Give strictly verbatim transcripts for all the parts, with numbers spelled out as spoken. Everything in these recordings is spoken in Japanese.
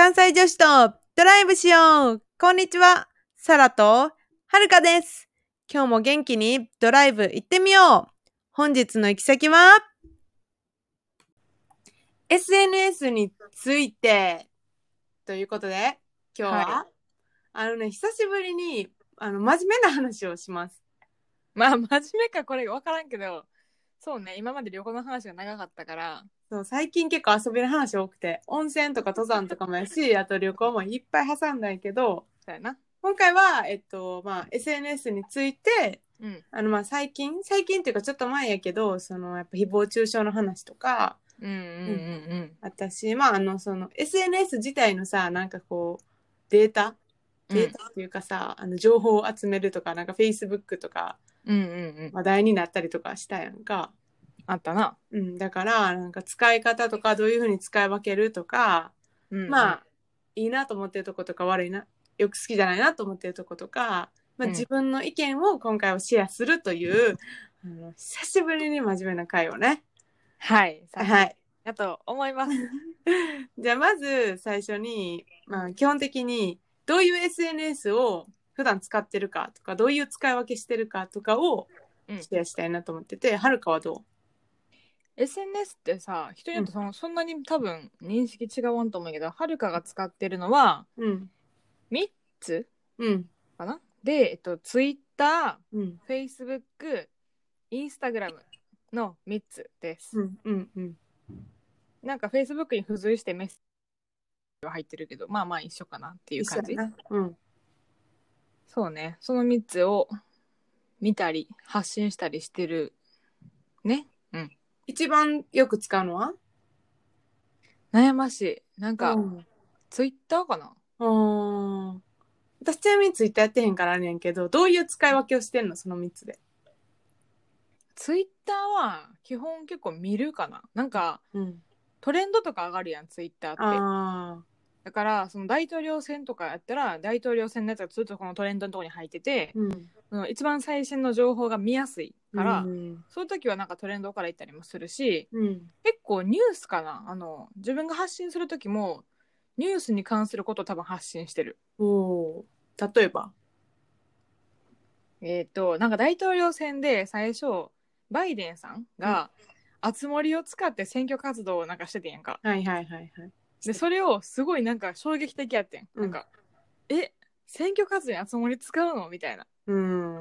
関西女子とドライブしよう。こんにちは。サラとはるかです。今日も元気にドライブ行ってみよう。本日の行き先は エスエヌエス についてということで、今日は、はい、あのね、久しぶりにあの真面目な話をします。 まあ真面目かこれ分からんけど、そうね、今まで旅行の話が長かったから。 そう、最近結構遊びの話多くて、温泉とか登山とかもやし、あと旅行もいっぱい挟んだんやけど、 そうやな。 今回は、えっと、まあ、エスエヌエス について、 うん、 あの、まあ、最近、最近っていうかちょっと前やけど、その、やっぱ誹謗中傷の話とか、 うんうんうんうん。 私、まあ、あの、その、エスエヌエス 自体のさ、なんかこう、データデータっていうかさ、うん、あの情報を集めるとか、なんか Facebook とか、 うんうんうん、 話題になったりとかしたやんか。 あったな。 うん、だから、なんか使い方とか、どういうふうに使い分けるとか、うんうん、まあ、いいなと思ってるとことか、悪いな、よく好きじゃないなと思ってるとことか、まあ、自分の意見を今回はシェアするという、うん、あの久しぶりに真面目な回をね。 はい、 はい。 だと思います。 じゃあ、まず最初に、まあ、基本的に、どういう エスエヌエス を普段使ってるかとか、どういう使い分けしてるかとかをシェアしたいなと思ってて、はるかはどう？ エスエヌエス ってさ、人によってその、うん、そんなに多分認識違わんと思うけど、はるかが使ってるのは、うん、みっつ、うん、かな。で、えっと、Twitter、うん、Facebook、Instagram のみっつです。うんうんうん。なんか Facebook に付随してメッセージは入ってるけど、まあまあ一緒かなっていう感じ。一緒やな。うん。そうね、そのみっつを見たり発信したりしてるね。うん。 一番よく使うのは？ 悩ましい。なんか、うん、ツイッターかな。 うん。私ちなみにツイッターやってへんからあれやんけど、どういう使い分けをしてんの、そのみっつで？ ツイッターは基本結構見るかな。なんか、うん、トレンドとか上がるやん、ツイッターって。あだからその大統領選とかやったら大統領選のやつがずっとこのトレンドのところに入ってて、うん、その一番最新の情報が見やすいから、うん、そういう時はなんかトレンドから行ったりもするし、うん、結構ニュースかな、あの自分が発信する時もニュースに関することを多分発信してる。 おー、例えば？ えっとなんか大統領選で最初バイデンさんが、あつ森を使って選挙活動をなんかしててんやんか。 はいはいはいはい。 でそれをすごいなんか衝撃的やってん、うん、なんかえ選挙活動にあつ森使うのみたいな、うん、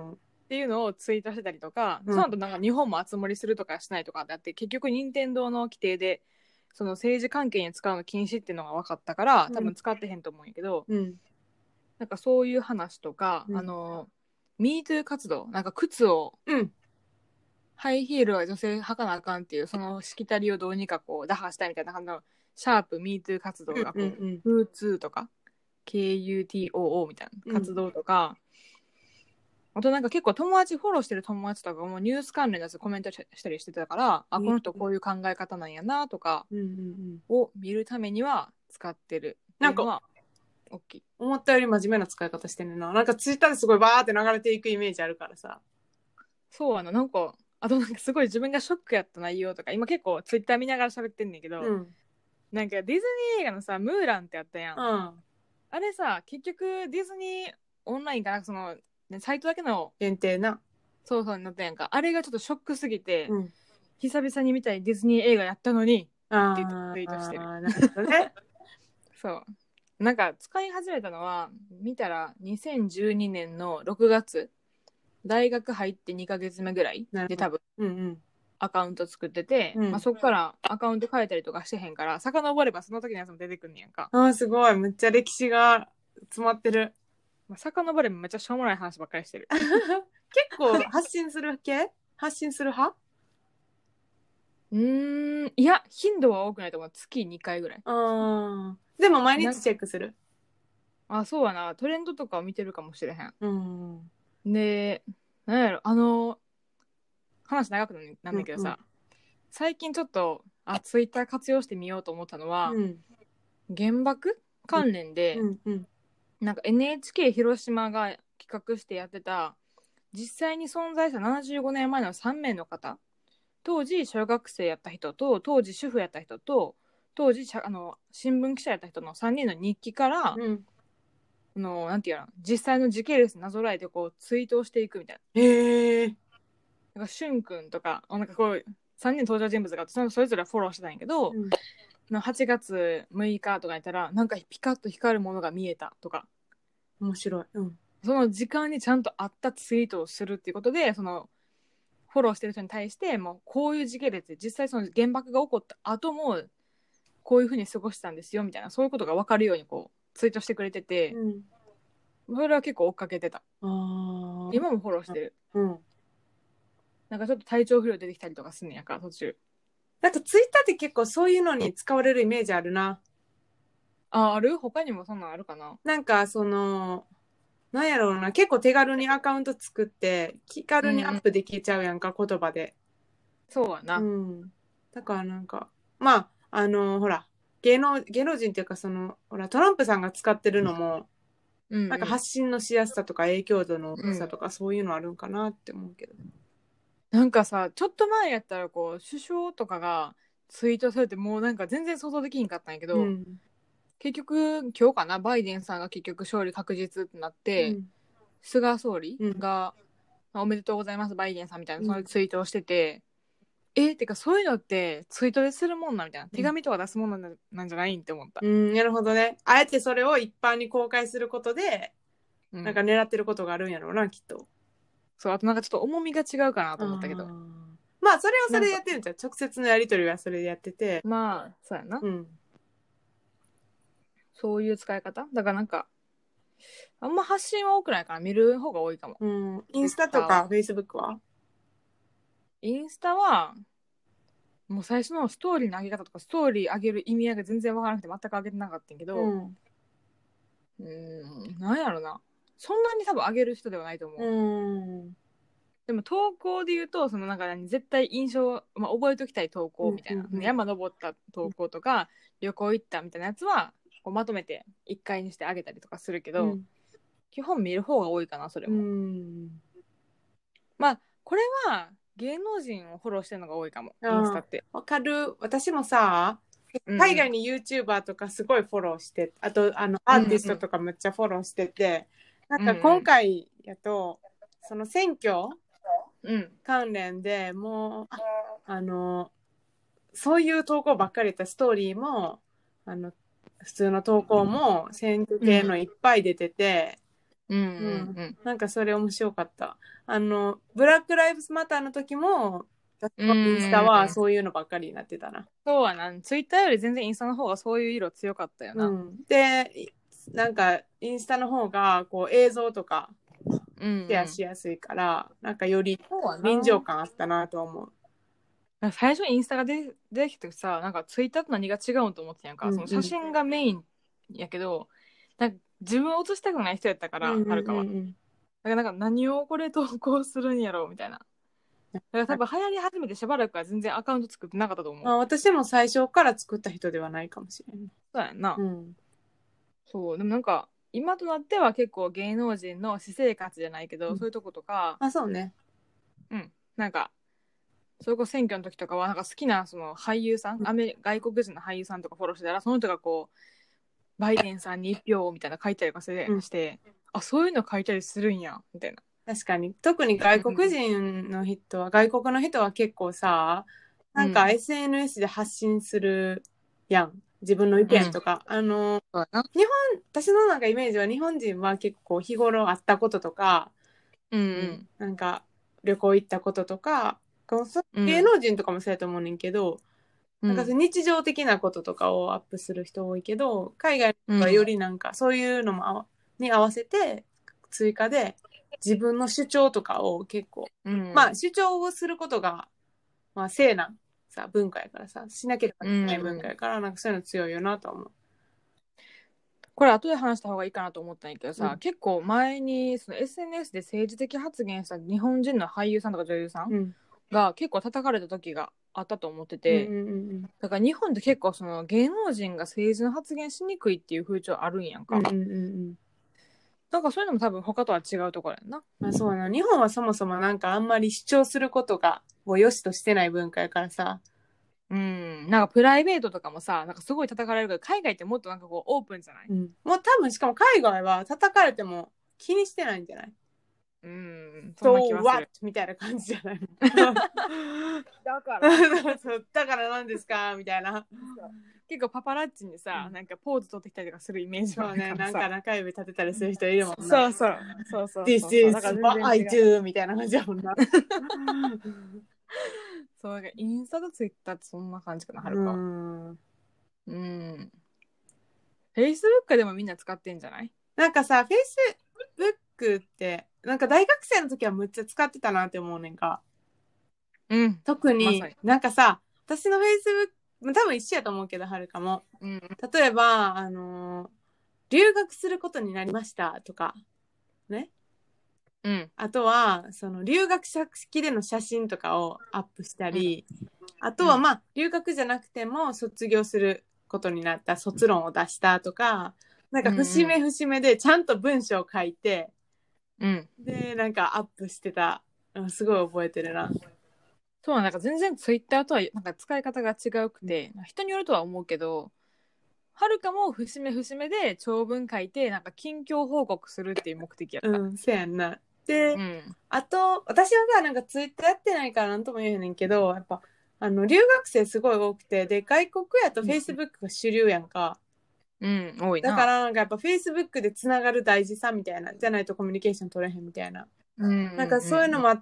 っていうのをツイートしてたりとか、うん、その後なんか日本もあつ森するとかしないとかだって結局任天堂の規定でその政治関係に使うの禁止っていうのが分かったから多分使ってへんと思うんやけど、うん、なんかそういう話とか、うん、あの MeToo 活動、なんか靴を、うん、ハイヒールは女性履かなあかんっていうそのしきたりをどうにかこう打破したいみたいな感じのシャープ MeToo 活動がこう、うんうんうん、フーツー とか ケーユーティーオーオー みたいな活動とか、うん、あとなんか結構友達フォローしてる友達とかもニュース関連のやつコメントしたりしてたから、あこの人こういう考え方なんやなとかを見るためには使ってるっていうのは大きい。 思ったより真面目な使い方してるな。なんかツイッターですごいバーって流れていくイメージあるからさ。 そうやな。なんかあとなんかすごい自分がショックやった内容とか今結構ツイッター見ながら喋ってんねんけど、うん、なんかディズニー映画のさムーランってあったやん、うん、あれさ結局ディズニーオンラインかな、そのサイトだけの限定なそうそうになったやんか。あれがちょっとショックすぎて、うん、久々に見たいディズニー映画やったのにってツイートしてる。あなるほどねそうなんか使い始めたのは見たらにせんじゅうにねんのろくがつ、大学入ってにかげつめぐらいで多分、うんうん、アカウント作ってて、うんまあ、そっからアカウント変えたりとかしてへんから遡ればその時のやつも出てくんねやんか。 あすごい、めっちゃ歴史が詰まってる。 まあ、遡ればめっちゃしょうもない話ばっかりしてる結構発信する系発信する派？ うーんいや頻度は多くないと思う。月にかいぐらい。 あでも毎日チェックする？ あそうやな、トレンドとかを見てるかもしれへん。うんでなんやろ、あの話長くなんだけどさ、うんうん、最近ちょっとあツイッター活用してみようと思ったのは、うん、原爆関連で、うんうん、なんか エヌエイチケー 広島が企画してやってた実際に存在したななじゅうごねんまえのさんめいの方、当時小学生やった人と当時主婦やった人と当時あの新聞記者やった人のさんにんの日記から、 うん、 あのなんていうの実際の時系列なぞらえてこうツイートをしていくみたいな。へえ。 な。しゅんくんとかなんかこうさんにん登場人物があってそのそれぞれフォローしてたんやけど、 うんはちがつむいかとかやったらなんかピカッと光るものが見えたとか、 面白い。うん。 その時間にちゃんと合ったツイートをするっていうことで、そのフォローしてる人に対してもうこういう時系列で実際その原爆が起こった後もこういうふうに過ごしたんですよみたいな、そういうことが分かるようにこうツイートしてくれてて、うん、それは結構追っかけてた。あ、今もフォローしてる。うん。なんかちょっと体調不良出てきたりとかすんねやから途中。 なんかツイッターって結構そういうのに使われるイメージあるな。 あ、ある？他にもそんなんあるかな？ なんかそのなんやろうな、結構手軽にアカウント作って気軽にアップできちゃうやんか、うん、言葉で。 そうやな。 うん。だからなんかまああのほら芸能芸能人っていうかそのほらトランプさんが使ってるのも、うんうん、なんか発信のしやすさとか影響度の大きさとか、そういうのあるんかなって思うけど。 なんかさ、ちょっと前やったらこう首相とかがツイートされてもうなんか全然想像できひんかったんやけど、うん、結局今日かな、バイデンさんが結局勝利確実ってなって、うん、菅総理が、うん、おめでとうございますバイデンさんみたいなそういうツイートをしてて、うん、えってかそういうのってツイートでするもんなみたいな、手紙とか出すものなんじゃないんって思った。 うん、なるほどね。あえてそれを一般に公開することで、うん、なんか狙ってることがあるんやろうな、きっと。 そう、あとなんかちょっと重みが違うかなと思ったけど。 まあそれはそれでやってるんじゃん。直接のやり取りはそれでやってて。 まあそうやな。うん。そういう使い方だからなんかあんま発信は多くないから見る方が多いかも。 うん。インスタとかフェイスブックは？ インスタはもう最初のストーリーの上げ方とかストーリー上げる意味合いが全然わからなくて全く上げてなかったんやけど、うん、うーんなんやろな、そんなに多分上げる人ではないと思う。うん、でも投稿で言うとそのなんか絶対印象、まあ、覚えておきたい投稿みたいな、うんうんうん、山登った投稿とか、うん、旅行行ったみたいなやつはこうまとめて一回にしてあげたりとかするけど、うん、基本見る方が多いかなそれも。うん、まあこれは芸能人をフォローしてるのが多いかも、インスタって。 わかる。私もさ、海外に YouTuber とかすごいフォローして、あとあのアーティストとかめっちゃフォローしてて、うんうん、なんか今回やと、その選挙関連でもう、あの、そういう投稿ばっかりやったストーリーも、あの、普通の投稿も選挙系のいっぱい出てて、うんうんうん、なんかそれ面白かった。あの、ブラックライブズマターの時も、インスタはそういうのばっかりになってたな。 そうやな。ツイッターより全然インスタの方がそういう色強かったよな。 うん、で、なんかインスタの方がこう映像とかシェアしやすいから、うんうん、なんかより臨場感あったなと思う。 最初インスタが出てきてさ、なんかツイッターと何が違うんと思ってんやんか、うんうん、その写真がメインやけど、なんか自分を写したくない人やったから、はるかは。だからなんか何をこれ投稿するんやろうみたいな。だから多分流行り始めてしばらくは全然アカウント作ってなかったと思う。 あ、私も最初から作った人ではないかもしれない。 そうやんな。うん、そう、でもなんか今となっては結構芸能人の私生活じゃないけど、うん、そういうとことか。 あ、そうね。 うん、なんかそれこそ選挙の時とかはなんか好きなその俳優さん、アメ外国人の俳優さんとかフォローしてたらその人がこうバイデンさんに一票みたいな書いたりとかして、うん、あ、そういうの書いたりするんやみたいな。 確かに特に外国人の人は、うん、外国の人は結構さ、なんか エスエヌエス で発信するやん、自分の意見とか、うん、あの日本私のなんかイメージは日本人は結構日頃あったこととか、うんうん、なんか旅行行ったこととか、芸能人とかもそうやと思うねんけど、うん、なんか日常的なこととかをアップする人多いけど、海外はよりなんかそういうのもに合わせて追加で自分の主張とかを結構、うん、まあ主張をすることがまあ聖なさ文化やからさ、しなければいけない文化やから、うん、なんかそういうの強いよなと思う。 これ後で話した方がいいかなと思ったんやけどさ、うん、結構前にその エスエヌエス で政治的発言した日本人の俳優さんとか女優さんが結構叩かれた時があったと思ってて、うんうんうん、だから日本って結構その芸能人が政治の発言しにくいっていう風潮あるんやんか、うんうんうん、なんかそういうのも多分他とは違うところやんな。 まあそうな、日本はそもそもなんかあんまり主張することがを良しとしてない文化やからさ、 うん、なんかプライベートとかもさ、なんかすごい叩かれるけど、海外ってもっとなんかこうオープンじゃない？ うん、もう多分しかも海外は叩かれても気にしてないんじゃない？ うん、そんな気 So はす what? る。 みたいな感じじゃない？ だからだから何ですかみたいな。 結構パパラッチにさ、 うん、 なんかポーズ取ってきたりとかするイメージもあそうね、 るからさ。 なんか中指立てたりする人いるもんな。 そうそうそうそう This そうそう。だ is から what 全 I 然違う。 do みたいな感じやもんな。 そう、なんかインスタとツイッターってそんな感じかな、はるうかは。 ん。 うん。Facebook でもみんな使ってんじゃない？ なんかさ、Facebook って、なんか大学生の時はむっちゃ使ってたなって思うねんか。 うん。 特に、 まさに。 なんかさ、私の Facebook、多分一緒やと思うけど、はるかも。 うん。 例えば、あのー留学することになりましたとか、ね。 うん。 あとは、その留学先での写真とかをアップしたり、 うん、 あとはまあ、留学じゃなくても卒業することになった卒論を出したとか、なんか節目節目でちゃんと文章を書いて、 うん。 で、なんかアップしてた。すごい覚えてるな。 そうなんか全然ツイッターとはなんか使い方が違うくて、うん、人によるとは思うけど、はるかも節目節目で長文書いてなんか近況報告するっていう目的やった。 うん、せやんな。で、 うん、 あと、私はさ、なんかツイッターやってないからなんとも言えへんねんけど、やっぱ、あの、留学生すごい多くて、で、外国やと Facebook が主流やんか。 うん、多いな。 だからなんかやっぱ Facebook でつながる大事さみたいな、じゃないとコミュニケーション取れへんみたいな。 うん、 なんかそういうのもあって、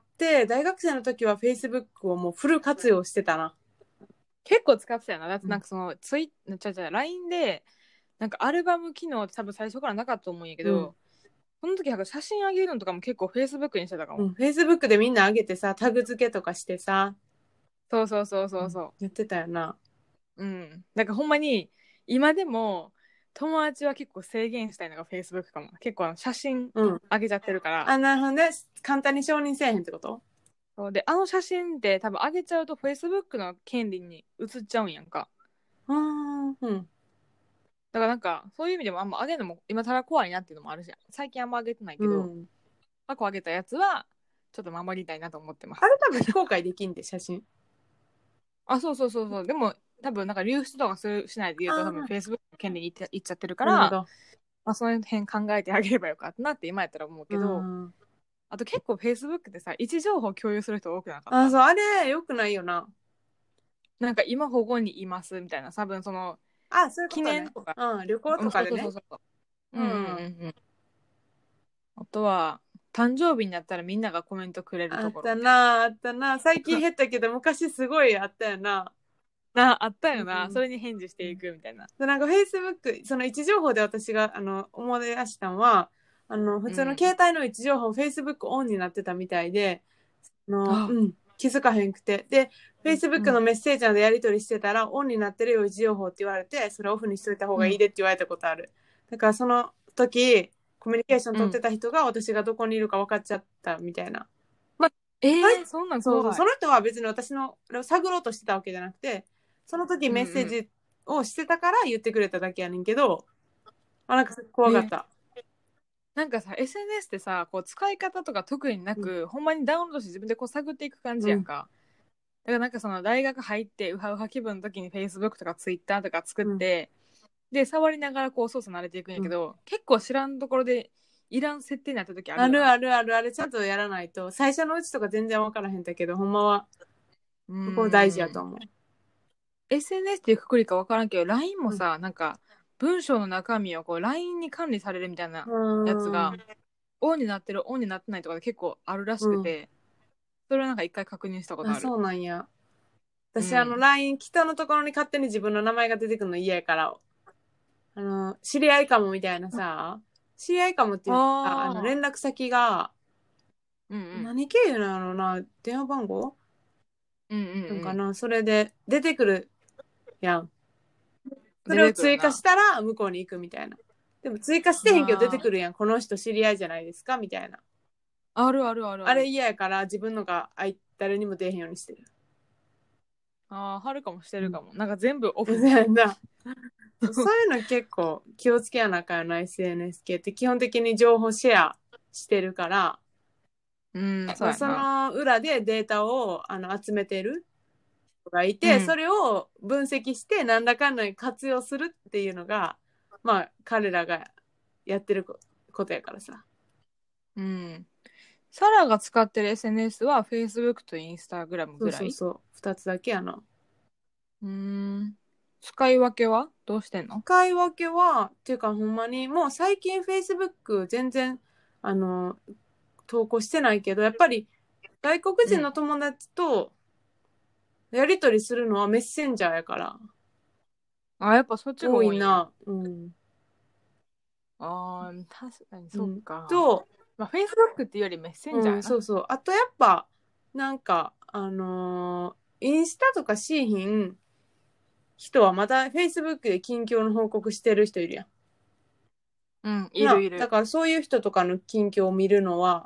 大学生の時は Facebook をもうフル活用してたな。 結構使ってたよな。だってなんかそのツイッ、ちゃちゃ ライン でなんかアルバム機能って多分最初からなかったと思うんやけど、うん、その時なんか写真あげるのとかも結構 Facebook にしてたかも。 うん、Facebook でみんなあげてさ、タグ付けとかしてさ。 そうそうそうそうそう。うん、 やってたよな。 うん。なんかほんまに今でも友達は結構制限したいのが Facebook かも。結構写真あげちゃってるから。 うん、あ、なるほどね。簡単に承認せえへんってこと？ そうで、あの写真って多分あげちゃうと Facebook の権利に移っちゃうんやんか。 あー、うん。 だからなんかそういう意味でもあんまあげるのも今更怖いなっていうのもあるじゃん。最近あんまあげてないけど、うん、過去あげたやつはちょっと守りたいなと思ってます。 あれ多分非公開できんで、写真。 あ、そうそうそうそう。でも多分なんか流出とかするしないで言うと多分 Facebook の権利にいっちゃってるから、まあ、その辺考えてあげればよかったなって今やったら思うけど、うん、あと結構 Facebook でさ位置情報共有する人多くなかった？ あ、そう、あれよくないよな。 なんか今保護にいますみたいな、多分そのあ、そういうことね、 記念とか、 うん、旅行とかでね。 うんうんうんうん。あとは誕生日になったらみんながコメントくれるところ。 あったな、あったな。最近減ったけど昔すごいあったよな。 なあったよな、うん、それに返事していくみたいな。 でなんか Facebook その位置情報で私があの思い出したのは、あの普通の携帯の位置情報、うん、Facebook オンになってたみたいで、のうん、気づかへんくて、で Facebook のメッセージでやり取りしてたら、うん、オンになってるよ位置情報って言われて、それオフにしといた方がいいでって言われたことある。うん、だからその時コミュニケーション取ってた人が私がどこにいるか分かっちゃったみたいな。 ま、えー、 はい、 そんなんそうそう、その人は別に私の探ろうとしてたわけじゃなくて、その時メッセージをしてたから言ってくれただけやねんけど、うんうん、あ、なんか怖かった。 えー、なんかさ エスエヌエス ってさこう使い方とか特になく、うん、ほんまにダウンロードして自分でこう探っていく感じやんか、うん、だからなんかその大学入ってウハウハ気分の時に Facebook とか Twitter とか作って、うん、で触りながらこう操作慣れていくんやけど、うん、結構知らんところでいらん設定になった時あるよ。 あるあるあるあれちゃんとやらないと最初のうちとか全然分からへんだけど、ほんまはここ大事やと思う。 エスエヌエス っていうくくりか分からんけど ライン もさ、うん、なんか文章の中身をこう ライン に管理されるみたいなやつがオンになってるオンになってないとかで結構あるらしくて、うん、それはなんか一回確認したことある。 あ、そうなんや。私、うん、あの ライン 人のところに勝手に自分の名前が出てくるの嫌やから、あの知り合いかもみたいなさ、知り合いかもっていうか、あの連絡先が、うんうん、何経由なのな、電話番号、うんうんうん、なんかな、それで出てくるやん。それを追加したら向こうに行くみたいな。でも追加してへんけど出てくるやん。この人知り合いじゃないですかみたいな。 あるあるあるある。 あれ嫌やから自分のが誰にも出へんようにしてる。 ああ、はるかもしてるかも。うん、なんか全部オフ。 そういうの結構気をつけやなあかんな、エスエヌエス 系って基本的に情報シェアしてるから、うん、そうやな。その裏でデータをあの集めてるがいて、うん、それを分析して何らかのに活用するっていうのがまあ彼らがやってることやからさ。 うん。サラが使ってる エスエヌエス は Facebook と Instagram ぐらい。 そうそうそう、ふたつだけやな。 うーん。使い分けはどうしてんの？ 使い分けはっていうかほんまにもう最近 Facebook 全然あの投稿してないけど、やっぱり外国人の友達とやり取りするのはメッセンジャーやから。 うん、あ、やっぱそっちが多いな。 うん。 ああ、確かにそっか。 うん、と、 まあ、Facebook っていうよりメッセンジャーやな、 うん、そうそう。あとやっぱ、なんか、あのー、インスタとかしーひん人はまた Facebook で近況の報告してる人いるやん。 うん、いるいる。 だからそういう人とかの近況を見るのは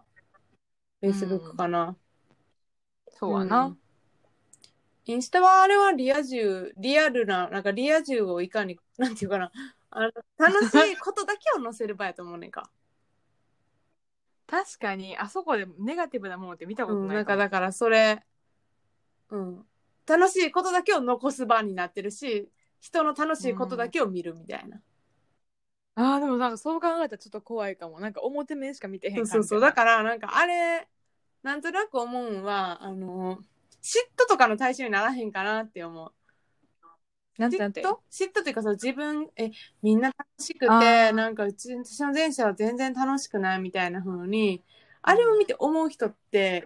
Facebook かな。うん、 そうはな。うん、 インスタはあれはリア充、リアルな、なんかリア充をいかに、なんていうかな、あの楽しいことだけを載せる場合やと思うねんか。 確かに、あそこでネガティブなものって見たことないかも。うん、 なんかだからそれ、うん。楽しいことだけを残す場になってるし、人の楽しいことだけを見るみたいな。 うん、ああ、でもなんかそう考えたらちょっと怖いかも。なんか表面しか見てへん感じ。 そうそうそう。だからなんかあれ、なんとなく思うんは、あの、嫉妬とかの対象にならへんかなって思う。 なんてなんて嫉妬嫉妬っていうかさ、自分、え、みんな楽しくて、なんかうち、私の前世は全然楽しくないみたいな風に、あれを見て思う人って、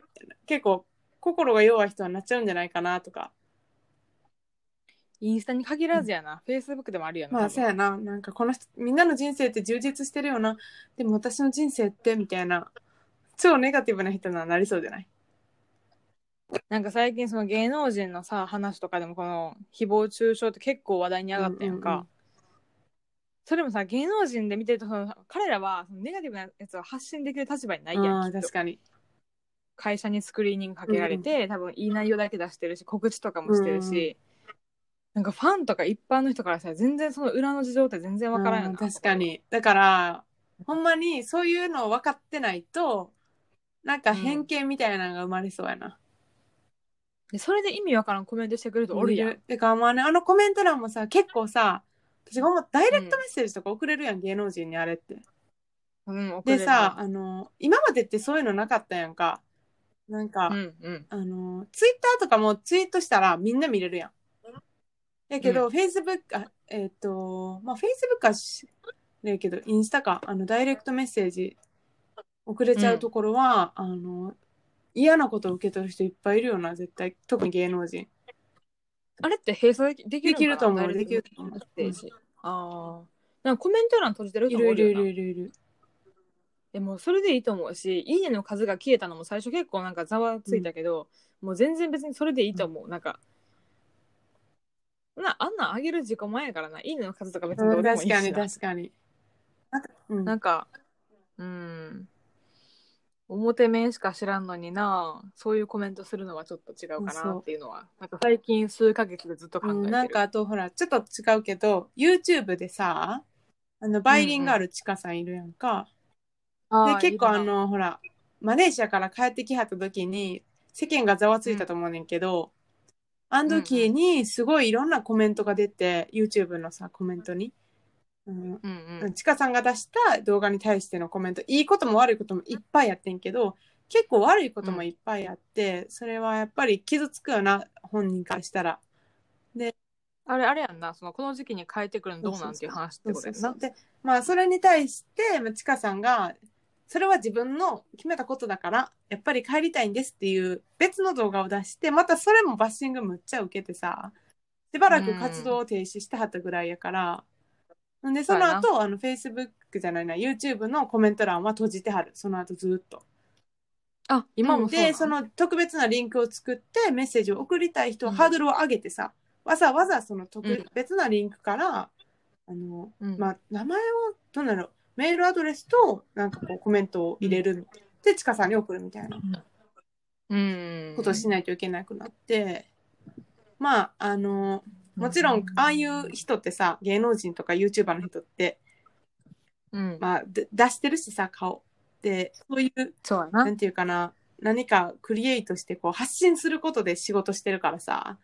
結構心が弱い人はなっちゃうんじゃないかなとか。 インスタに限らずやな、フェイスブックでもあるよな。 まあそうやな、なんかこの人みんなの人生って充実してるよな、でも私の人生ってみたいな超ネガティブな人になりそうじゃない？ なんか最近その芸能人のさ話とかでもこの誹謗中傷って結構話題に上がったやんか、うんうんうん、それもさ芸能人で見てるとその彼らはそのネガティブなやつを発信できる立場にないやん。 あ、確かに。 会社にスクリーニングかけられて、うんうん、多分いい内容だけ出してるし告知とかもしてるし、うんうん、なんかファンとか一般の人からさ全然その裏の事情って全然わからんよな。 確かに。だからほんまにそういうのを分かってないとなんか偏見みたいなのが生まれそうやな、うん、 でそれで意味わからんコメントしてくるとおるやん。 てかまあね、あのコメント欄もさ結構さ、私がもうダイレクトメッセージとか送れるやん、うん、芸能人にあれって。うん、送れる。でさ、あの今までってそういうのなかったやんか。なんか、うんうん、あのツイッターとかもツイートしたらみんな見れるやん。やけど、フェイスブック、あ、えっ、ー、と、まあ、フェイスブックはし、だけど、インスタか、あの、ダイレクトメッセージ送れちゃうところは、うん、あの、嫌なことを受け取る人いっぱいいるよな、絶対。特に芸能人。 あれって閉鎖できるのかな？できると思う、 できると思う。 メッセージ。うん、ああ。なんかコメント欄閉じてる人もいるよな。いるいるいるいる。でもそれでいいと思うし、いいねの数が消えたのも最初結構なんかざわついたけど、うん、もう全然別にそれでいいと思う。うん、なんか、なあんなんあげる自己前やからな。いいねの数とか別にどうでもいいしな。 確かに確かに。 うん、なんか、うん。表面しか知らんのにな、そういうコメントするのはちょっと違うかなっていうのは、なんか最近数ヶ月でずっと考えてる。うん、 なんかあとほら、ちょっと違うけど、YouTube でさ、あの、バイリンガルチカさんいるやんか。うんうん、で、結構あの、ほら、マレーシアから帰ってきはった時に、世間がざわついたと思うねんけど、うん、あの時にすごいいろんなコメントが出て、うんうん、YouTube のさ、コメントに。うんうんうん、ちかさんが出した動画に対してのコメント、いいことも悪いこともいっぱいやってんけど、結構悪いこともいっぱいあって、うん、それはやっぱり傷つくよな、本人からしたら。で、 あれあれやんな、そのこの時期に帰ってくるのどうなんていう話ってことやんな。 で、まあそれに対して、ちかさんが、それは自分の決めたことだから、やっぱり帰りたいんですっていう別の動画を出して、またそれもバッシングむっちゃ受けてさ、しばらく活動を停止してはったぐらいやから、で、その後、あの、Facebook じゃないな、YouTube のコメント欄は閉じてはる。その後ずっと。 あ、今もそうなの？ で、その特別なリンクを作ってメッセージを送りたい人はハードルを上げてさ、うん、わざわざその特別なリンクから、うん、あの、うん、まあ、名前を、どうなの、メールアドレスと、なんかこうコメントを入れる、うん、で、ちかさんに送るみたいな、うん、ことをしないといけなくなって、まあ、あの、もちろん、ああいう人ってさ、芸能人とか YouTuber の人って、うん、まあ、出してるしさ、顔。で、そういう、そうな、なんていうかな、何かクリエイトしてこう発信することで仕事してるからさ、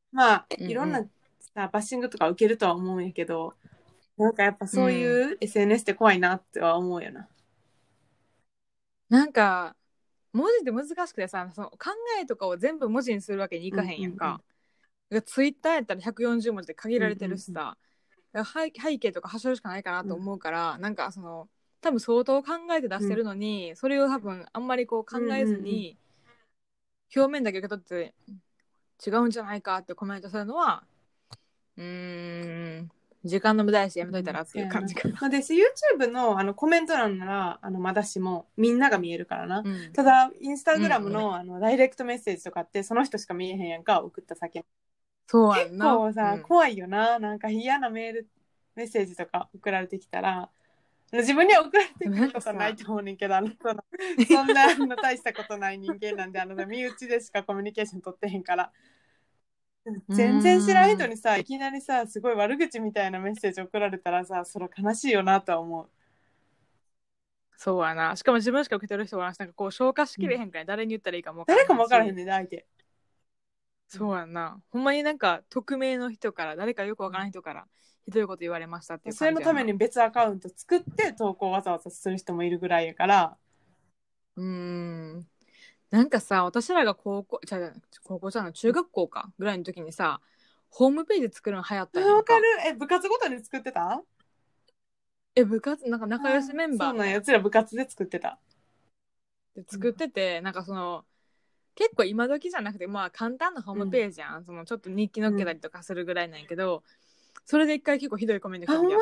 まあいろんなさバッシングとか受けるとは思うんやけど、なんかやっぱそういう エスエヌエス って怖いなっては思うよな。 うん、なんか文字って難しくてさ、その考えとかを全部文字にするわけにいかへんやんか。ツイッターやったらひゃくよんじゅうもじで限られてるしさ、うんうんうん、背景とかはしょるしかないかなと思うから、うん、なんかその多分相当考えて出してるのに、うん、それを多分あんまりこう考えずに、表面だけ受け取って違うんじゃないかってコメントするのはうーん時間の無駄やしやめといたらっていう感じかな。 まあ、です YouTube の, あのコメント欄ならあのまだしもみんなが見えるからな、うん、ただインスタグラム の,、うんうん、あのダイレクトメッセージとかってその人しか見えへんやんか、送った先。 そうやんな。 結構さ、うん、怖いよな。なんか嫌なメールメッセージとか送られてきたら、自分には送られてくることないと思うねんけど、あのそのそんなあの大したことない人間なんで、あの身内でしかコミュニケーション取ってへんから。全然知らん人にさ、いきなりさ、すごい悪口みたいなメッセージ送られたらさ、それ悲しいよなとは思う。 そうやな。しかも自分しか受け取る人はなんかこう消化しきれへんから、うん、誰に言ったらいいかも分からへんし。誰かも分からへんねんで、相手。 そうやな。ほんまになんか匿名の人から誰かよく分からん人からひどいこと言われましたっていう感じやな。 それのために別アカウント作って投稿わざわざする人もいるぐらいやから。 うーん。なんかさ、私らが高校、じゃ高校じゃない、中学校かぐらいの時にさ、ホームページ作るの流行ったんやんか。 わかる。え、部活ごとに作ってた？ え、部活、なんか仲良しメンバー。 そうなんや、うちら部活で作ってた。 で作ってて、うん、なんかその、結構今時じゃなくて、まあ簡単なホームページやん。うん、そのちょっと日記載っけたりとかするぐらいなんやけど、うん、それで一回結構ひどいコメント来た時あった。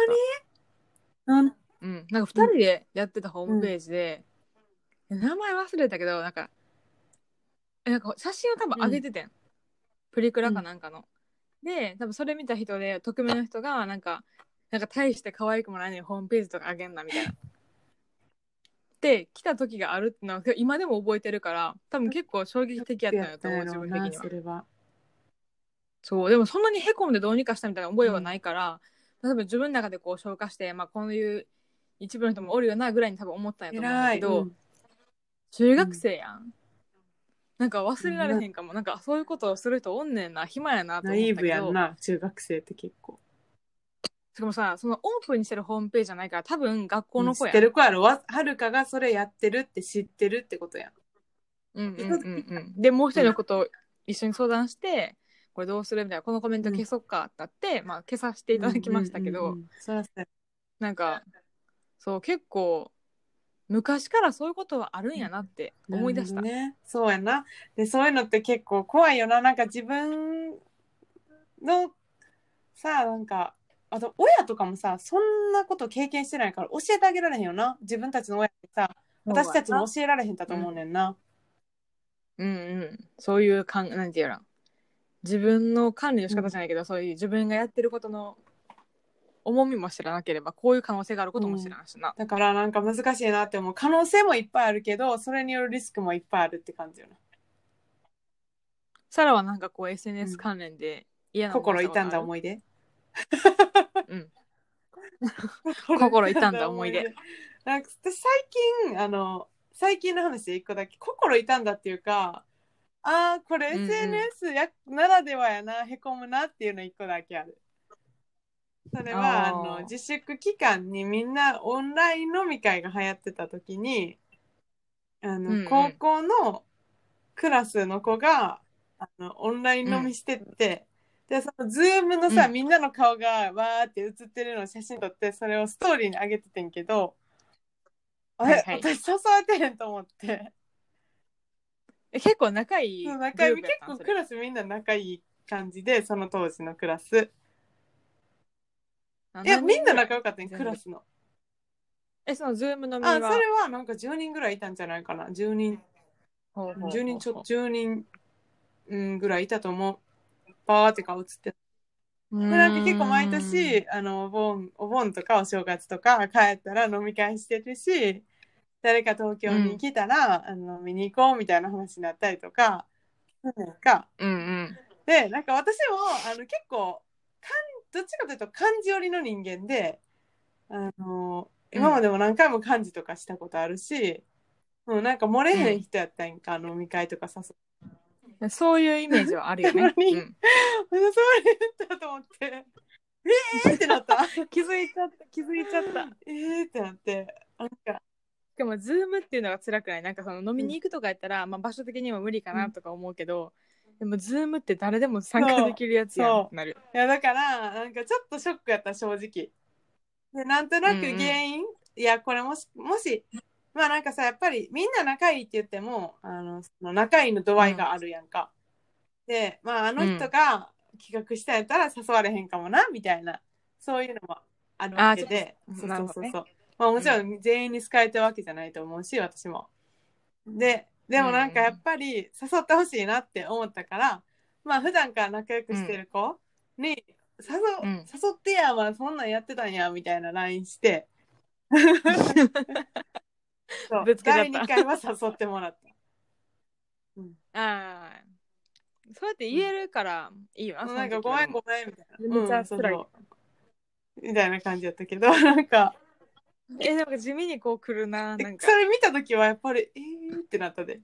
あんまに？うん。なんか二人でやってたホームページで、うん、名前忘れたけど、なんか、なんか写真を多分上げててん。うん、プリクラかなんかの。うん、で、多分それ見た人で、匿名の人が、なんか、なんか大して可愛くもないのにホームページとかあげんなみたいな。で、来た時があるってのは今でも覚えてるから、多分結構衝撃的やったんやと思う、自分的には。それはそう、でもそんなにへこんでどうにかしたみたいな覚えはないから、うん、例えば自分の中でこう消化して、まあこういう一部の人もおるよなぐらいに多分思ったんやと思うんだけど、うん、中学生やん。うん、なんか忘れられへんかも、うん、なんかそういうことをする人おんねんな、暇やなと思ったけど。ナイーブやんな、 中学生って結構。 しかもさ、そのオープンにしてるホームページじゃないから多分学校の子やん。 知ってる子やろ。はるかがそれやってるって知ってるってことやん。 うんうんうんうん。で、もう一人のことを一緒に相談して、これどうするみたいな、このコメント消そっかってって、うん、まあ消させていただきましたけど、うんうんうん、なんか、そう、結構、昔からそういうことはあるんやなって思い出した。 ね、そうやな。で、そういうのって結構怖いよな。なんか自分のさ、なんか、あと親とかもさ、そんなこと経験してないから教えてあげられへんよな。自分たちの親ってさ、私たちも教えられへんだと思うねんな。 うん、うんうん。そういうかん、なんていうの。自分の管理の仕方じゃないけど、うん、そういう自分がやってることの重みも知らなければこういう可能性があることも知らんしな、うん、 だからなんか難しいなって思う。可能性もいっぱいあるけど、それによるリスクもいっぱいあるって感じよな。 サラはなんかこう エスエヌエス 関連で嫌な思いしたことある？ 心痛んだ思い出うん心痛んだ思い出。 なんか最近あの最近の話で一個だけ心痛んだっていうか、あーこれ エスエヌエス や、うんうん、ならではやな、へこむなっていうの一個だけある。それはあの自粛期間にみんなオンライン飲み会が流行ってた時に、あの、うんうん、高校のクラスの子があのオンライン飲みしてって、うん、でそのズームのさ、うん、みんなの顔がわーって映ってるのを写真撮ってそれをストーリーに上げててんけど、あれ、はいはい、私誘われてへんと思って。 え結構仲いいグループやったん？ 結構クラスみんな仲いい感じで、その当時のクラス。いやみんな仲良かったね、クラスの。 えそのズームのみはあ、それはなんかじゅうにんぐらいいたんじゃないかな。じゅうにんほうほうほうほうじゅうにんちょじゅうにん、うん、ぐらいいたと思う。バーって顔映ってでなんか結構毎年あのお盆お盆とかお正月とか帰ったら飲み会してるし、誰か東京に来たら、うん、あの見に行こうみたいな話になったりとか、なんか、 うんうん、 でなんか私もあの結構かんどっちかというと漢字寄りの人間で、あの今までも何回も漢字とかしたことあるし、うん、なんか漏れへん人やったんか、うん、飲み会とか誘う。 そういうイメージはあるよね。 何、 うん、 それ言ったと思って、えーってなった。 気づいちゃった、気づいちゃった。 えーってなって、なんか。 しかも、ズームっていうのが辛くない？なんかその飲みに行くとかやったら、うん、まあ場所的にも無理かなとか思うけど、うん、でも、ズームって誰でも参加できるやつやんってなる。 いや、だから、なんかちょっとショックやった、正直。で、なんとなく原因、うんうん、いや、これもし、もし、まあなんかさ、やっぱりみんな仲いいって言っても、あの、その仲いいの度合いがあるやんか。うん、で、まああの人が企画したんやったら誘われへんかもな、みたいな、そういうのもあるわけで、そうそうそうそう。まあもちろん全員に好かれてるわけじゃないと思うし、私も。で、でもなんかやっぱり誘ってほしいなって思ったから、まあ普段から仲良くしてる子に、誘、うん、誘ってや、まあそんなんやってたんや、みたいな ライン して、そうだいにかいは誘ってもらった。うん、 ああ、そうやって言えるからいいよな、うん、 なんかごめんごめんみたいな。 めっちゃ辛い、うん、そうそうみたいな感じだったけど、なんか。 え、なんか地味にこう来るな、なんか。 それ見たときはやっぱり、えーってなったで。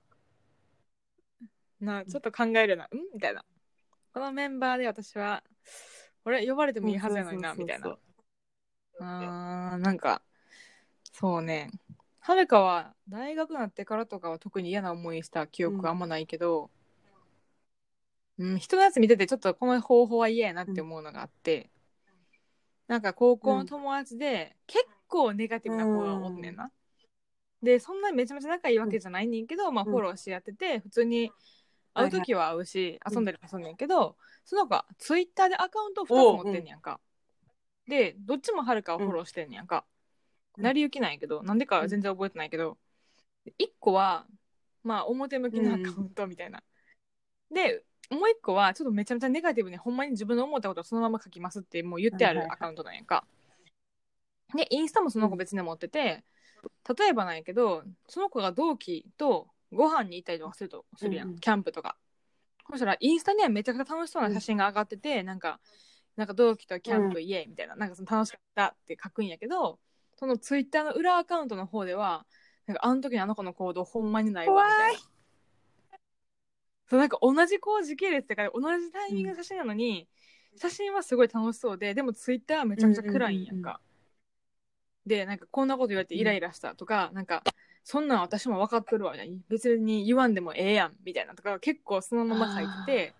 な、ちょっと考えるな、うんみたいな。このメンバーで私は、俺呼ばれてもいいはずやのにな、みたいな。あー、なんか、そうね。はるかは大学になってからとかは特に嫌な思いした記憶あんまないけど、うん、人のやつ見ててちょっとこの方法は嫌やなって思うのがあって、うん、なんか高校の友達で結構ネガティブな子がおんねんな。うん、で、そんなにめちゃめちゃ仲いいわけじゃないねんけど、うん、まあフォローし合ってて、普通に会うときは会うし、はいはい、遊んだりもすんねんけど、うん、その子がツイッターでアカウントをふたつ持ってんねやんか。で、どっちもはるかをフォローしてんねやんか。うん、成り行きなんやけど、なんでかは全然覚えてないけど、いっこは、まあ表向きのアカウントみたいな。うん、で、もういっこはちょっとめちゃめちゃネガティブにほんまに自分の思ったことをそのまま書きますってもう言ってあるアカウントなんやんか。で、インスタもその子別に持ってて、うん、例えばなんやけど、その子が同期とご飯に行ったりとかするとするやん、うん、キャンプとか。そしたらインスタにはめちゃくちゃ楽しそうな写真が上がってて、うん、なんかなんか同期とキャンプイエーイみたいな、うん、なんかその楽しかったって書くんやけど、そのツイッターの裏アカウントの方ではなんかあの時のあの子の行動ほんまにないわみたいな。そう、なんか同じこう時系列ってか同じタイミングの写真なのに、うん、写真はすごい楽しそうで、でもツイッターはめちゃくちゃ暗いんやんか。うんうんうん、で、なんかこんなこと言われてイライラしたとか、うん、なんかそんなん私も分かっとるわ、別に言わんでもええやんみたいなとか結構そのまま書いてて、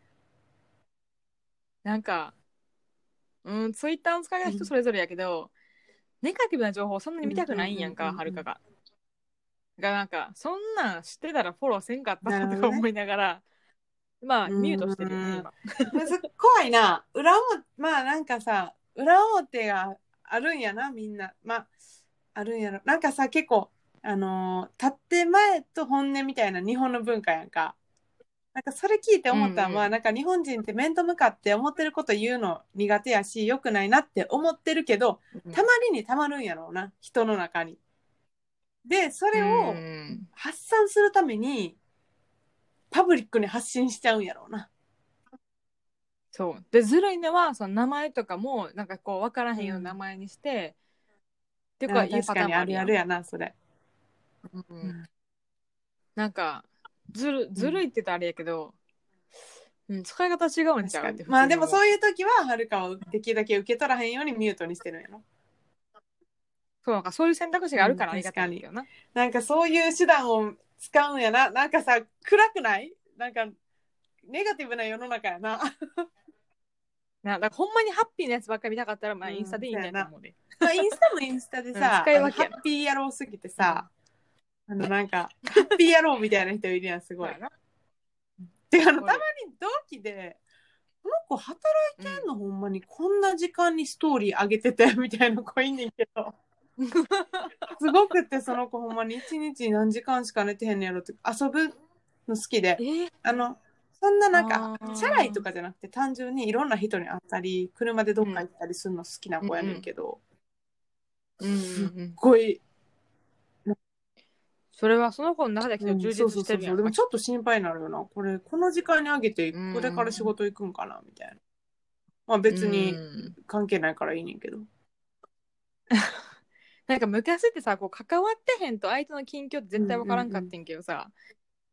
なんかうん、ツイッターの使い方人それぞれやけど、うん、ネガティブな情報そんなに見たくないんやんか、はるかが。がなんかそんなん知ってたらフォローせんかったとか思いながら、ね、まあミュートしてるよね今。 怖いな。裏表、まあなんかさ、裏表があるんやな、みんな。まあ、あるんやろ。なんかさ、結構、あのー、建前と本音みたいな日本の文化やんか。なんかそれ聞いて思ったのは、うんうん、なんか日本人って面と向かって思ってること言うの苦手やし、良くないなって思ってるけど、たまりにたまるんやろうな、人の中に。で、それを発散するために、パブリックに発信しちゃうんやろうな。 そうで、ずるいのはその名前とかもなんかこう分からへんような名前にして、うん、っていうかいうパターンもあるやん。 確かにあるあるやなそれ、 うんうん、なんかずるずるいって言ったらあれやけど、うん、使い方違うんちゃうって。 まあでもそういう時ははるかをできるだけ受け取らへんようにミュートにしてるんやろ。 そうなんかそういう選択肢があるからありがたいんだけどな、うん、 なんかそういう手段を使うんやな。なんかさ暗くない？なんかネガティブな世の中やな。 なだからほんまにハッピーなやつばっかり見たかったら、まあ、インスタでいいんだと思うで、 うん、まあインスタもインスタでさ、うん、ハッピー野郎すぎてさ、うん、あのなんかハッピー野郎みたいな人いるやんすごい。てかあのたまに同期でこの子働いてんの、うん、ほんまにこんな時間にストーリー上げててみたいな子いんねんけどすごくってその子ほんまに一日何時間しか寝てへんのやろって遊ぶの好きで、えー、あのそんななんかチャラいとかじゃなくて単純にいろんな人に会ったり車でどっか行ったりするの好きな子やねんけど、うんうん、すっごいそれはその子の中で充実してるやん、うん、そうそうそうそう。 でもちょっと心配になるよな。これこの時間にあげてこれから仕事行くんかなみたいな。まあ別に関係ないからいいねんけど。 なんか昔ってさこう関わってへんと相手の近況って絶対分からんかってんけどさ、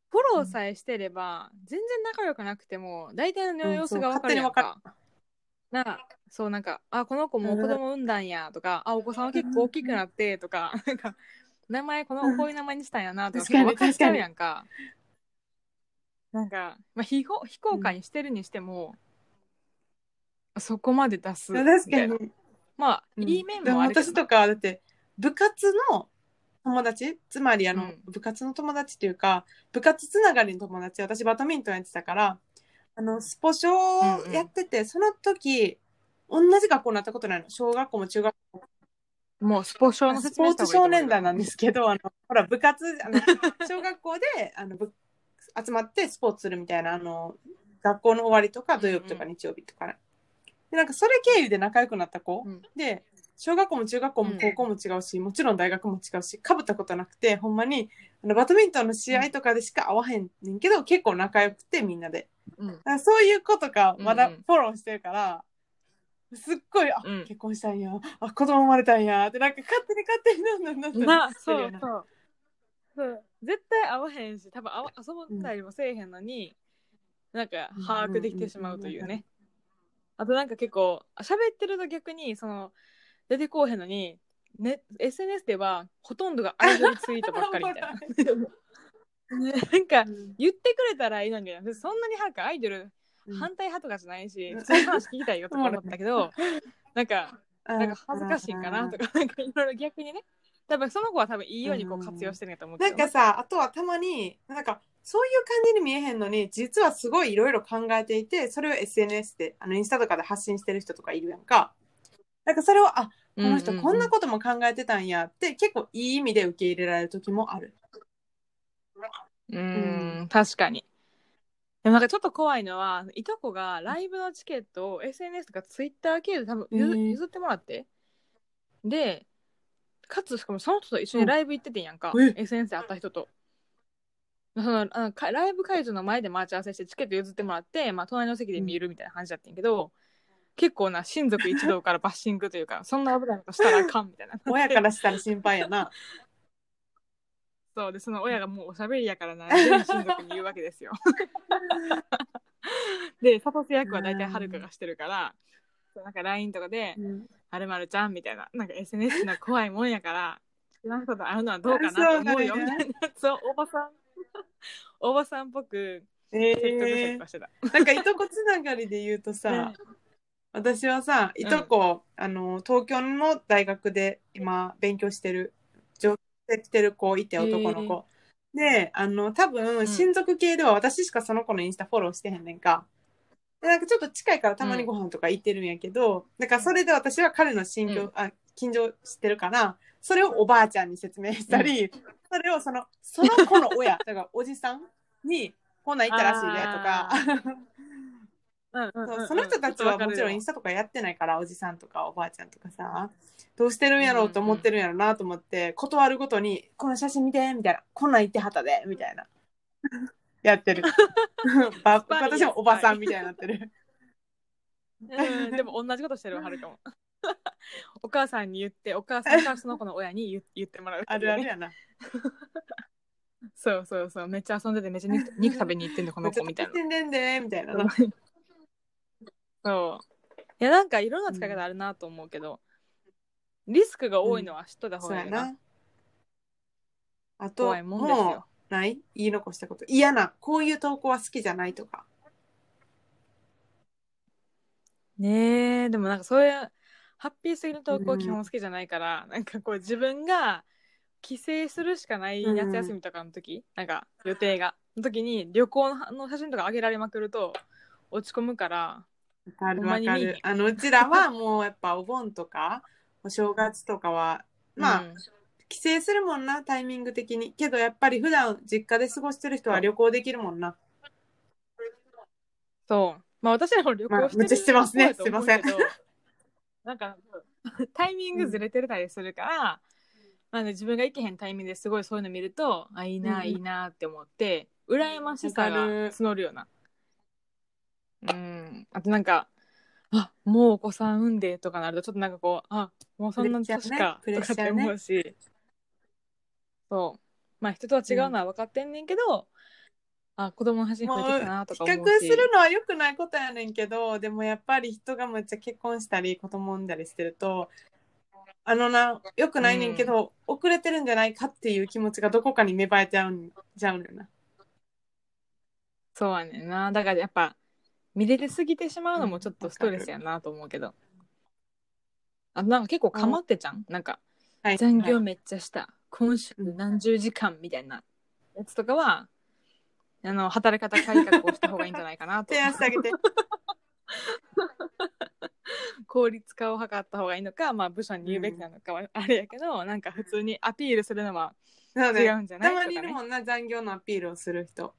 フォローさえしてれば、うん、全然仲良くなくても大体の様子が分かるやんか、うん、なそうなんかあこの子もう子供産んだんやとか、うん、あお子さんは結構大きくなってとか、なんか名前このこういう名前にしたんやなとか結構分かっちゃうやんか。なんか、まあ、非公非公開にしてるにしても、うん、そこまで出すみたいな。まあ、うん、いい面もあるけど。 私とかだって部活の友達、つまりあの、うん、部活の友達っていうか部活つながりの友達、私バドミントンやってたからあのスポ少やってて、うんうん、その時同じ学校になったことないの。小学校も中学校も。 もうスポ少の説明した方がいいと思う。 スポーツ少年団なんですけど、あのほら部活あの小学校であの部集まってスポーツするみたいな、あの学校の終わりとか土曜日とか日曜日とか、ね、でなんかそれ経由で仲良くなった子、うん、で小学校も中学校も高校も違うし、うん、もちろん大学も違うし被ったことなくて、ほんまにあのバドミントンの試合とかでしか会わへんねんけど、うん、結構仲良くてみんなで、うん、だからそういう子とかまだフォローしてるから、うんうん、すっごいあ、うん、結婚したんや、あ子供生まれたんやってなんか勝手に勝手にどんどんどんどんなそうそうそう絶対会わへんし多分遊んだりもせえへんのに、うん、なんか把握できてしまうというね、あとなんか結構喋ってると逆にその出てこうへんのに、ね、エスエヌエス ではほとんどがアイドルツイートばっかりみたいななんか言ってくれたらいいのに、そんなになんかアイドル反対派とかじゃないし、普通に話聞きたいよとか思ったけどなんかなんか恥ずかしいかなとか、なんかいろいろ逆にね、多分その子は多分いいようにこう活用してるんやと思うけど、 なんかさ、あとはたまになんかそういう感じに見えへんのに実はすごいいろいろ考えていて、それを エスエヌエス であのインスタとかで発信してる人とかいるやんか。なんかそれをあこの人こんなことも考えてたんやって、うんうんうん、結構いい意味で受け入れられる時もある。 うーん、うん、確かに。でもなんかちょっと怖いのはいとこがライブのチケットを エスエヌエス とか Twitter 経由で多分譲ってもらって、でかつしかもその人と一緒にライブ行っててんやんか、うん、エスエヌエス で会った人とそのあのライブ会場の前で待ち合わせしてチケット譲ってもらって、まあ、隣の席で見るみたいな感じだったんやけど、うん、結構な親族一同からバッシングというかそんな危ないことしたらあかんみたいな親からしたら心配やなそうでその親がもうおしゃべりやからな全親族に言うわけですよでサトス役は大体はるかがしてるから、うん、なんか ライン とかで「はるまるちゃん」みたいな、なんか エスエヌエス の怖いもんやから知らん人と会うのはどうかなと思うよみたいなやつをおばさんおばさんっぽく説得したりとかしてた、 えー、なんかいとこつながりで言うとさ、ね、私はさいとこ、うん、あの東京の大学で今勉強してる上京してる子いて、男の子、えー、であの多分親族系では私しかその子のインスタフォローしてへんねんか、でなんかちょっと近いからたまにご飯とか行ってるんやけど、うん、だからそれで私は彼の心境、うん、あ近所知ってるからそれをおばあちゃんに説明したり、うん、それをそのその子の親だからおじさんにこんなん行ったらしいでとかうんうんうんうん、その人たちはもちろんインスタとかやってないから、おじさんとかおばあちゃんとかさどうしてるんやろうと思ってるんやろうなと思って、うんうん、断るごとにこの写真見てみたいな、こんなん言ってはったでみたいなやってる私もおばさんみたいになってるうん、でも同じことしてるわはるかもお母さんに言ってお母さんからその子の親に 言, 言ってもらう、ね、 あるあるやなそうそうそう、めっちゃ遊んでてめっちゃ 肉, 肉食べに行ってんのこの子みたいなめっちゃ楽しんでんでみたいなそういやなんかいろんな使い方あるなと思うけど、うん、リスクが多いのは知っといた方がいいな、うん、 あと怖いもんですよ。もうない言い残したこと、嫌なこういう投稿は好きじゃないとかねえ。でもなんかそういうハッピーすぎる投稿は基本好きじゃないから、うん、なんかこう自分が帰省するしかない夏休みとかの時、うん、なんか予定がの時に旅行の写真とか上げられまくると落ち込むから、わかるわかる、あのうちらはもうやっぱお盆とかお正月とかはまあ、うん、帰省するもんなタイミング的に、けどやっぱり普段実家で過ごしてる人は旅行できるもんな。 そうまあ私らも旅行してる、まあ、 めっちゃしてますね、すいませんなんかタイミングずれてたりするから、うん、まあね、自分が行けへんタイミングですごいそういうの見るとあいいな、うん、いいなって思って羨ましさが募るような、うん、あとなんかあもうお子さん産んでとかなるとちょっとなんかこうあもうそんな年か、ね、とかって思うし、そうまあ人とは違うのは分かってんねんけど、 あ、子供の話増えてきたなとか思うし。 比較するのは良くないことやねんけど、でもやっぱり人がめっちゃ結婚したり子供産んだりしてると、あのな、良くないねんけど、うん、遅れてるんじゃないかっていう気持ちがどこかに芽生えちゃうんじゃうのよな。 そうやねんな。だからやっぱ見れてすぎてしまうのもちょっとストレスやなと思うけど。うん、あなんか結構かまってちゃん、なんか、はい、残業めっちゃした、はい、今週何十時間みたいなやつとかは、あの働き方改革をした方がいいんじゃないかなと提案してあげて効率化を図った方がいいのか、まあ、部署に言うべきなのかはあれやけど、うん、なんか普通にアピールするのは違うんじゃない、ね、 たまにいるもんな、残業のアピールをする人。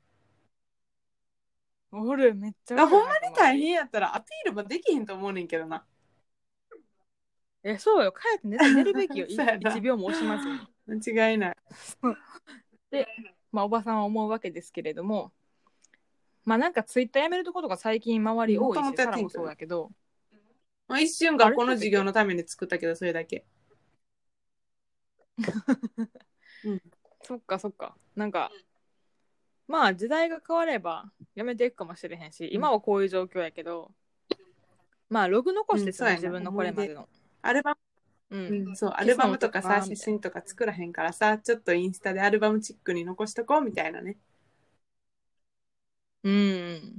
おる、めっちゃおる。 ほんまに大変やったらアピールもできへんと思うねんけどな。 え、そうよ、帰って寝て寝るべきよいちびょうも惜しまずに間違いないで、まあ、おばさんは思うわけですけれども、まあなんかツイッターやめるところが最近周り多いし、サラもそうだけど、 まあ、一瞬学校の授業のために作ったけどそれだけうん、そっかそっか。なんかまあ時代が変わればやめていくかもしれへんし、今はこういう状況やけど、まあログ残してさ、うん、自分のこれまでのアルバム、うんうん、そうアルバムとかさ写真とか作らへんからさ、ちょっとインスタでアルバムチックに残しとこうみたいなね。 うん、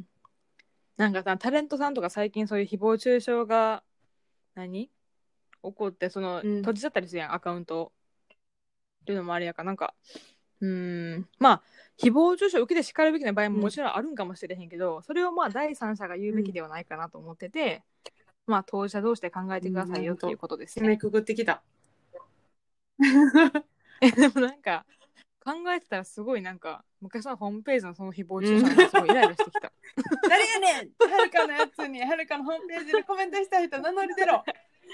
なんかさ、タレントさんとか最近そういう誹謗中傷が何起こって、その、うん、閉じちゃったりするやん、アカウントっていうのもあれやから、なんかうーんまあ誹謗中傷を受けて叱るべきな場合ももちろんあるんかもしれへんけど、うん、それをまあ第三者が言うべきではないかなと思ってて、うん、まあ当事者同士で考えてくださいよっていうことですね。 締めくくってきたでもなんか考えてたらすごいなんか昔のホームページのその誹謗中傷がすごいイライラしてきた誰やねん、はるかのやつにはるかのホームページでコメントした人名乗り出ろ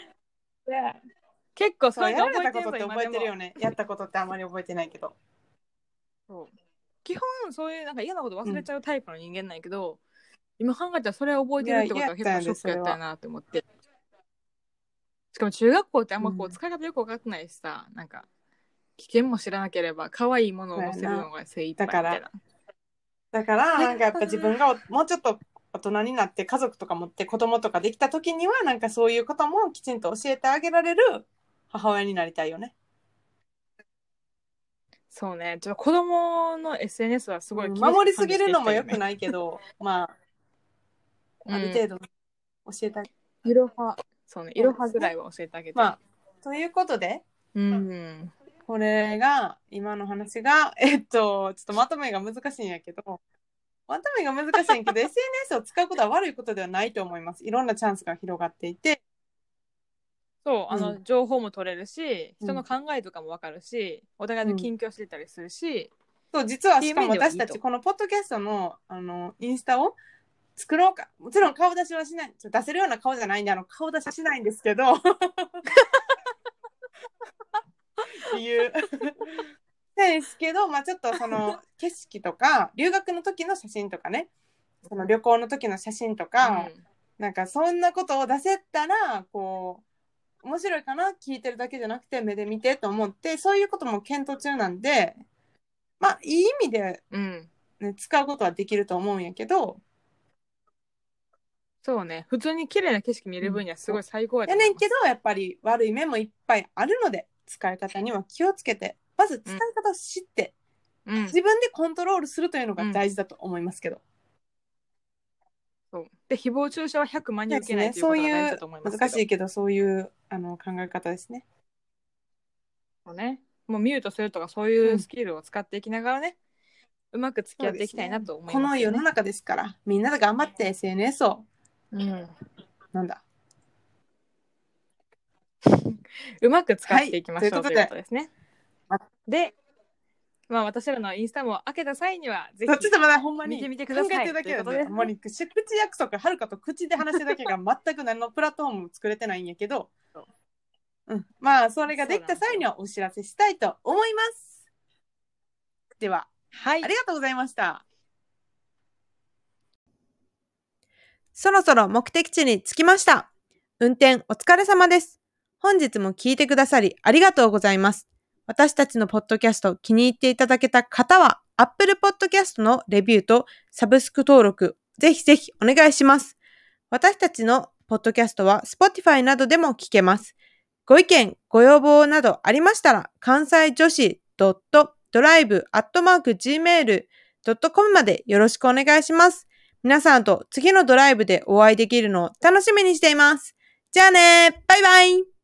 結構そういうの覚えてることって覚えてるよね。やったことってあんまり覚えてないけど、 そう基本そういうなんか嫌なこと忘れちゃうタイプの人間なんやけど、うん、今考えたらそれを覚えてるってことは結構ショックやったよなって思って、しかも中学校ってあんまこう使い方よく分かってないしさ、うん、なんか危険も知らなければ可愛いものを載せるのが精一杯みたいな。だからだからなんかやっぱ自分がもうちょっと大人になって家族とか持って子供とかできた時にはなんかそういうこともきちんと教えてあげられる母親になりたいよね。 そうね、ちょっと子供の エスエヌエス はすごい、 うん、守りすぎるのもよくないけどまあある程度教えてあげる、 いろはそうね、いろはぐらいは教えてあげて、 まあということで、 うん、 これが今の話がえっとちょっとまとめが難しいんやけどまとめが難しいんやけどエスエヌエス を使うことは悪いことではないと思います。いろんなチャンスが広がっていて、 そうあの、うん、情報も取れるし人の考えとかも分かるし、うん、お互いの近況知れたりするし、 うん、そう実はしかも私たちこのポッドキャストの、あのインスタを作ろうか、もちろん顔出しはしない、ちょ出せるような顔じゃないんであの顔出しはしないんですけどっていうですけど、まあ、ちょっとその景色とか留学の時の写真とかね、その旅行の時の写真とか、うん、なんかそんなことを出せたらこう面白いかな、聞いてるだけじゃなくて目で見てと思って、そういうことも検討中なんで、まあいい意味で、ね、うん、使うことはできると思うんやけど、 そうね、普通に綺麗な景色見る分にはすごい最高やと思います。やねんけどやっぱり悪い面もいっぱいあるので使い方には気をつけて、まず使い方を知って、うん、自分でコントロールするというのが大事だと思いますけど、 うん、そうで誹謗中傷はひゃくまんに受けないということが大事だと思いますけど、 難しいけどそういうあの考え方ですね。 そうね、もうミュートするとかそういうスキルを使っていきながらね、うん、うまく付き合っていきたいなと思います、ね、 この世の中ですからみんなで頑張って エスエヌエス を、うん、なんだうまく使っていきましょう、はい、ということですね。で、まあ私らのインスタも開けた際にはぜひちょっとまだほんまに見てみてください。考えてるだけで、ほんまに口約束、はるかと口で話してるだけが全く何のプラットフォームも作れてないんやけど、うん、まあそれができた際にはお知らせしたいと思います。では、はい、ありがとうございました。そろそろ目的地に着きました。運転お疲れ様です。本日も聞いてくださりありがとうございます。私たちのポッドキャスト気に入っていただけた方は、 Apple Podcast のレビューとサブスク登録、ぜひぜひお願いします。私たちのポッドキャストは Spotify などでも聞けます。ご意見、ご要望などありましたら、関西女子 .drive アットマーク ジーメール ドットコム までよろしくお願いします。皆さんと次のドライブでお会いできるのを楽しみにしています。じゃあね、バイバイ。